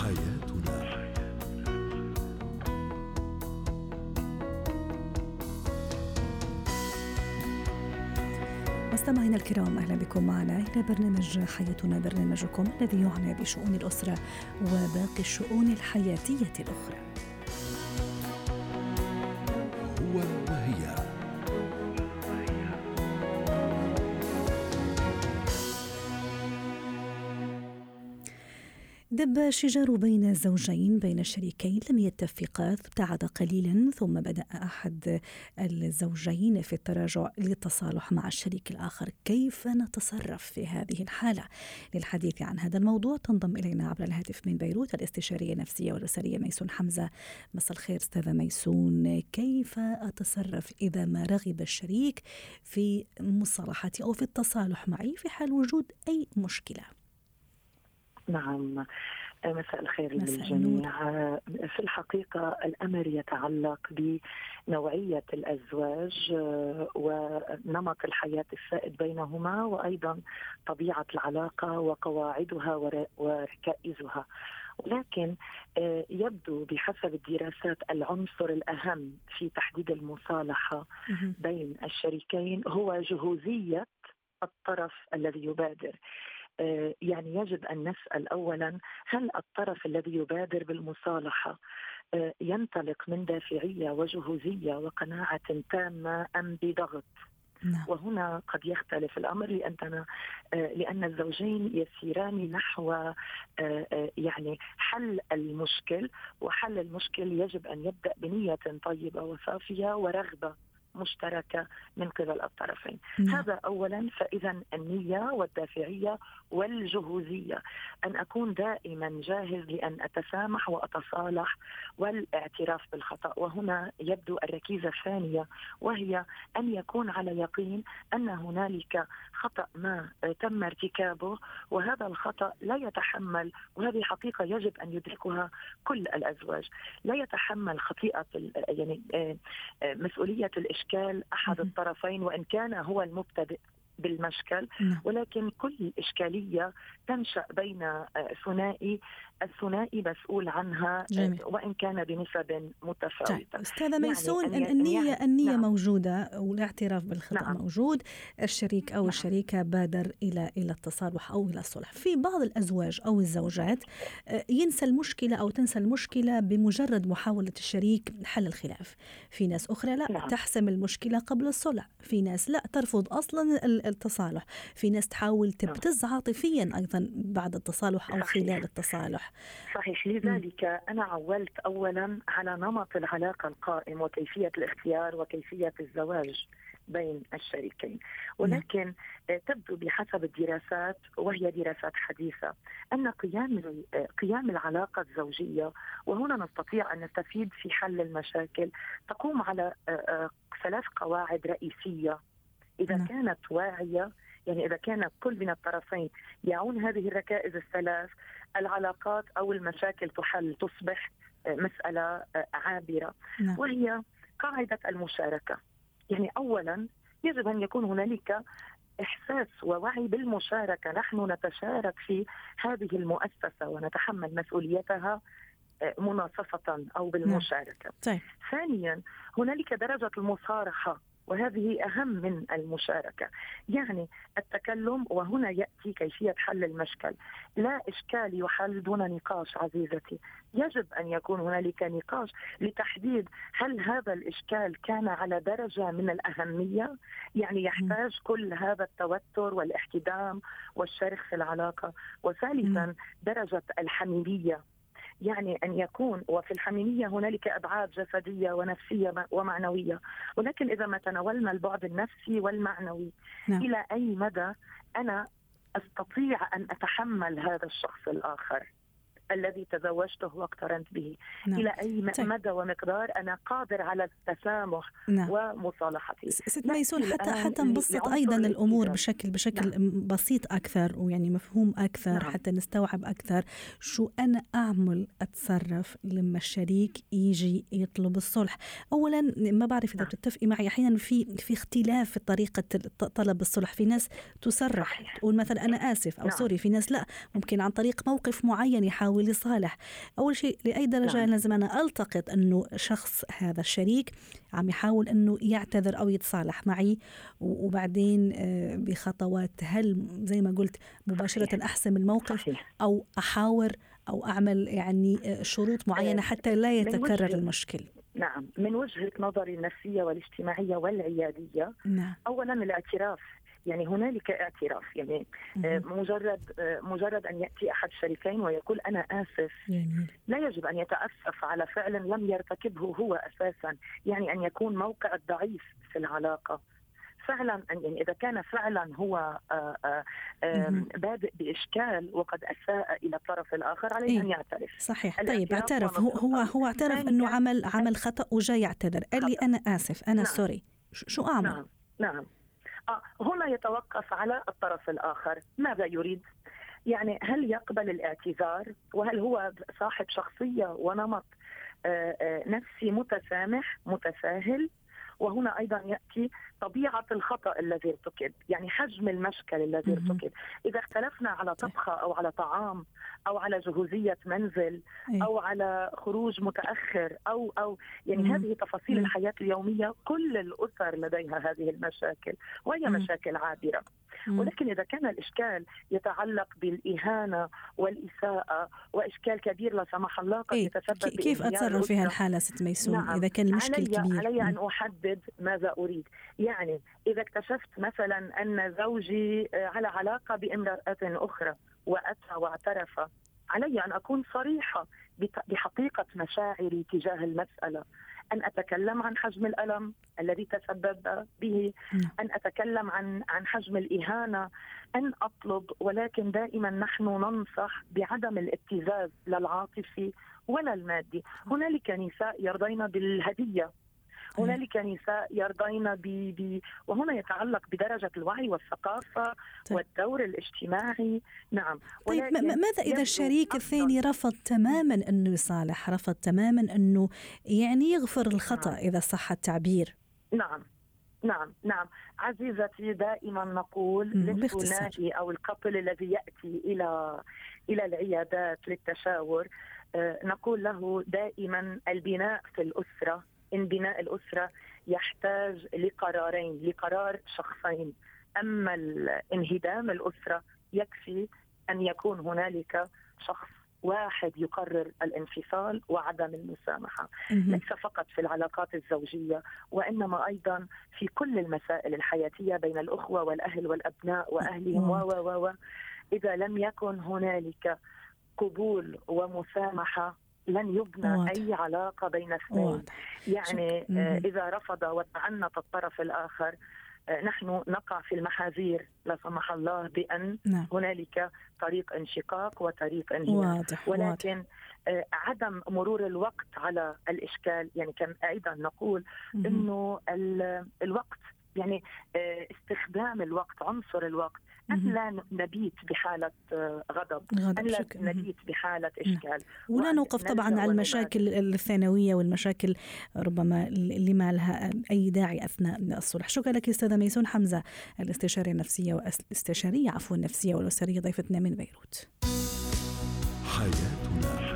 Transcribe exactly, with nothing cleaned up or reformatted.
حياتنا. مستمعينا الكرام، أهلا بكم معنا إلى برنامج حياتنا، برنامجكم الذي يعنى بشؤون الأسرة وباقي الشؤون الحياتية الأخرى. هو وهي. دب شجار بين الزوجين بين الشريكين لم يتفقا، ابتعد قليلا ثم بدأ أحد الزوجين في التراجع للتصالح مع الشريك الآخر. كيف نتصرف في هذه الحالة؟ للحديث عن هذا الموضوع تنضم إلينا عبر الهاتف من بيروت الاستشارية النفسية والأسرية ميسون حمزة. مساء الخير أستاذة ميسون، كيف أتصرف إذا ما رغب الشريك في مصالحتي أو في التصالح معي في حال وجود أي مشكلة؟ نعم، مساء الخير للجميع. في الحقيقة الأمر يتعلق بنوعية الأزواج ونمط الحياة السائد بينهما، وأيضا طبيعة العلاقة وقواعدها وركائزها. ولكن يبدو بحسب الدراسات العنصر الأهم في تحديد المصالحة بين الشريكين هو جهوزية الطرف الذي يبادر. يعني يجب أن نسأل أولا، هل الطرف الذي يبادر بالمصالحة ينطلق من دافعية وجهوزية وقناعة تامة أم بضغط؟ نعم. وهنا قد يختلف الأمر، لأننا لأن الزوجين يسيران نحو يعني حل المشكل، وحل المشكل يجب أن يبدأ بنية طيبة وصافية ورغبة مشتركة من قبل الطرفين. نعم. هذا أولا. فإذا النية والدافعية والجهوزية، أن أكون دائما جاهز لأن أتسامح وأتصالح والاعتراف بالخطأ. وهنا يبدو الركيزة الثانية، وهي أن يكون على يقين أن هنالك خطأ ما تم ارتكابه، وهذا الخطأ لا يتحمل، وهذه حقيقة يجب أن يدركها كل الأزواج، لا يتحمل خطيئة يعني مسؤولية الإشكال إشكال أحد الطرفين وإن كان هو المبتدئ بالمشكل. ولكن كل إشكالية تنشأ بين ثنائي، الثنائي مسؤول عنها. جميل. وإن كان بنسب متفاوتة. أستاذة ميسون، يعني النية يعني النية نعم. موجودة والاعتراف بالخطأ نعم. موجود. الشريك أو نعم. الشريكة بادر إلى إلى التصالح أو إلى الصلح. في بعض الأزواج أو الزوجات ينسى المشكلة أو تنسى المشكلة بمجرد محاولة الشريك حل الخلاف. في ناس أخرى لا نعم. تحسم المشكلة قبل الصلح. في ناس لا ترفض أصلا التصالح. في ناس تحاول تبتز عاطفيا أيضا بعد التصالح أو صحيح. خلال التصالح. صحيح. لذلك م. أنا عولت أولا على نمط العلاقة القائم وكيفية الاختيار وكيفية الزواج بين الشريكين. ولكن م. تبدو بحسب الدراسات، وهي دراسات حديثة، أن قيام قيام العلاقة الزوجية، وهنا نستطيع أن نستفيد في حل المشاكل، تقوم على ثلاث قواعد رئيسية. إذا م. كانت واعية، يعني إذا كان كل من الطرفين يعون هذه الركائز الثلاث، العلاقات أو المشاكل تحل، تصبح مسألة عابرة. نعم. وهي قاعدة المشاركة. يعني أولا يجب أن يكون هنالك إحساس ووعي بالمشاركة، نحن نتشارك في هذه المؤسسة ونتحمل مسؤوليتها مناصفة أو بالمشاركة. نعم. ثانيا هنالك درجة المصارحة، وهذه أهم من المشاركة، يعني التكلم. وهنا يأتي كيفية حل المشكل. لا إشكال يحل دون نقاش عزيزتي، يجب أن يكون هنالك نقاش لتحديد هل هذا الإشكال كان على درجة من الأهمية، يعني يحتاج كل هذا التوتر والاحتدام والشرخ في العلاقة. وثالثا درجة الحميمية، يعني أن يكون، وفي الحميمية هنالك أبعاد جسدية ونفسية ومعنوية، ولكن إذا ما تناولنا البعد النفسي والمعنوي نعم. إلى أي مدى أنا أستطيع أن أتحمل هذا الشخص الآخر الذي تزوجته واقترنت به؟ نعم. إلى أي مدى ومقدار أنا قادر على التسامح نعم. ومصالحته؟ ست ميسون، حتى حتى نبسط أيضا الأمور بشكل بشكل نعم. بسيط أكثر، ويعني مفهوم أكثر نعم. حتى نستوعب أكثر شو أنا أعمل أتصرف لما الشريك يجي يطلب الصلح. أولا ما بعرف إذا نعم. بتتفقي معي، أحيانا في في اختلاف في طريقة طلب الصلح. في ناس تصرح تقول مثلا أنا آسف أو نعم. سوري. في ناس لا، ممكن عن طريق موقف معين يحاول ولصالح. أول شيء لأي درجة نعم. لازم أنا ألتقط أنه شخص هذا الشريك عم يحاول أنه يعتذر أو يتصالح معي، وبعدين بخطوات هل زي ما قلت مباشرة صحيح. أحسم الموقف صحيح. أو أحاور أو أعمل يعني شروط معينة حتى لا يتكرر المشكل. نعم، من وجهة نظري النفسية والاجتماعية والعيادية نعم. أولا الاعتراف، يعني هنالك اعتراف، يعني مم. مجرد مجرد أن يأتي أحد الشريكين ويقول أنا آسف جميل. لا يجب أن يتأسف على فعل لم يرتكبه هو أساسا، يعني أن يكون موقع الضعيف في العلاقة فعلا، يعني إذا كان فعلا هو آآ آآ بادئ بإشكال وقد أساء إلى الطرف الآخر عليه إيه؟ أن يعترف. صحيح. طيب اعترف، هو هو هو اعترف أنه عمل عمل خطأ وجاي يعتذر، قال لي أنا آسف أنا نعم. سوري، شو أعمل؟ نعم نعم آه هنا يتوقف على الطرف الآخر ماذا يريد، يعني هل يقبل الاعتذار، وهل هو صاحب شخصية ونمط آآ آآ نفسي متسامح متساهل. وهنا أيضا يأتي طبيعة الخطأ الذي ارتكب، يعني حجم المشكل الذي ارتكب. إذا اختلفنا على طبخة أو على طعام أو على جهوزية منزل أو على خروج متأخر أو أو يعني هذه تفاصيل الحياة اليومية، كل الأسر لديها هذه المشاكل وهي مشاكل عابرة. ولكن إذا كان الإشكال يتعلق بالإهانة والإساءة وإشكال كبير لا سمح الله قد يتسبب إيه؟ كيف أتصرف في هالحالة ست ميسون؟ نعم. إذا كان المشكل علي كبير علي أن أحدد ماذا أريد. يعني إذا اكتشفت مثلا أن زوجي على علاقة بامرأة أخرى وأتى واعترف، علي أن أكون صريحة بحقيقة مشاعري تجاه المسألة، أن أتكلم عن حجم الألم الذي تسبب به، أن أتكلم عن عن حجم الإهانة، أن أطلب، ولكن دائما نحن ننصح بعدم الابتزاز لا العاطفي ولا المادي. هنالك نساء يرضين بالهدية، هنالك نساء يرضين ب... ب... وهنا يتعلق بدرجة الوعي والثقافة طيب. والدور الاجتماعي. نعم. طيب ماذا إذا الشريك الثاني رفض تماما أنه يصالح، رفض تماما أنه يعني يغفر الخطأ نعم. إذا صح التعبير؟ نعم نعم نعم عزيزتي، دائما نقول للثنائي أو الكابل الذي يأتي إلى إلى العيادات للتشاور، آه نقول له دائما البناء في الأسرة، إن بناء الأسرة يحتاج لقرارين، لقرار شخصين. أما انهدام الأسرة يكفي أن يكون هنالك شخص واحد يقرر الانفصال وعدم المسامحة، ليس فقط في العلاقات الزوجية وإنما أيضا في كل المسائل الحياتية بين الأخوة والأهل والأبناء وأهلهم و و و إذا لم يكن هنالك قبول ومسامحة لن يبنى واضح. أي علاقة بين اثنين. يعني آه إذا رفض وتعنت الطرف الآخر آه نحن نقع في المحاذير لا سمح الله بأن نعم. هنالك طريق انشقاق وطريق انهيار. ولكن واضح. آه عدم مرور الوقت على الإشكال، يعني كان أيضا نقول مم. إنه الوقت، يعني آه استخدام الوقت، عنصر الوقت، أن لا نبيت بحالة غضب، أن لا نبيت بحالة إشكال، ولا نوقف طبعا على المشاكل الثانوية والمشاكل ربما اللي ما لها أي داعي أثناء الصلح. شكرا لك أستاذة ميسون حمزة، الاستشارية النفسية والاستشارية عفوا النفسية والأسرية، ضيفتنا من بيروت. حياتنا.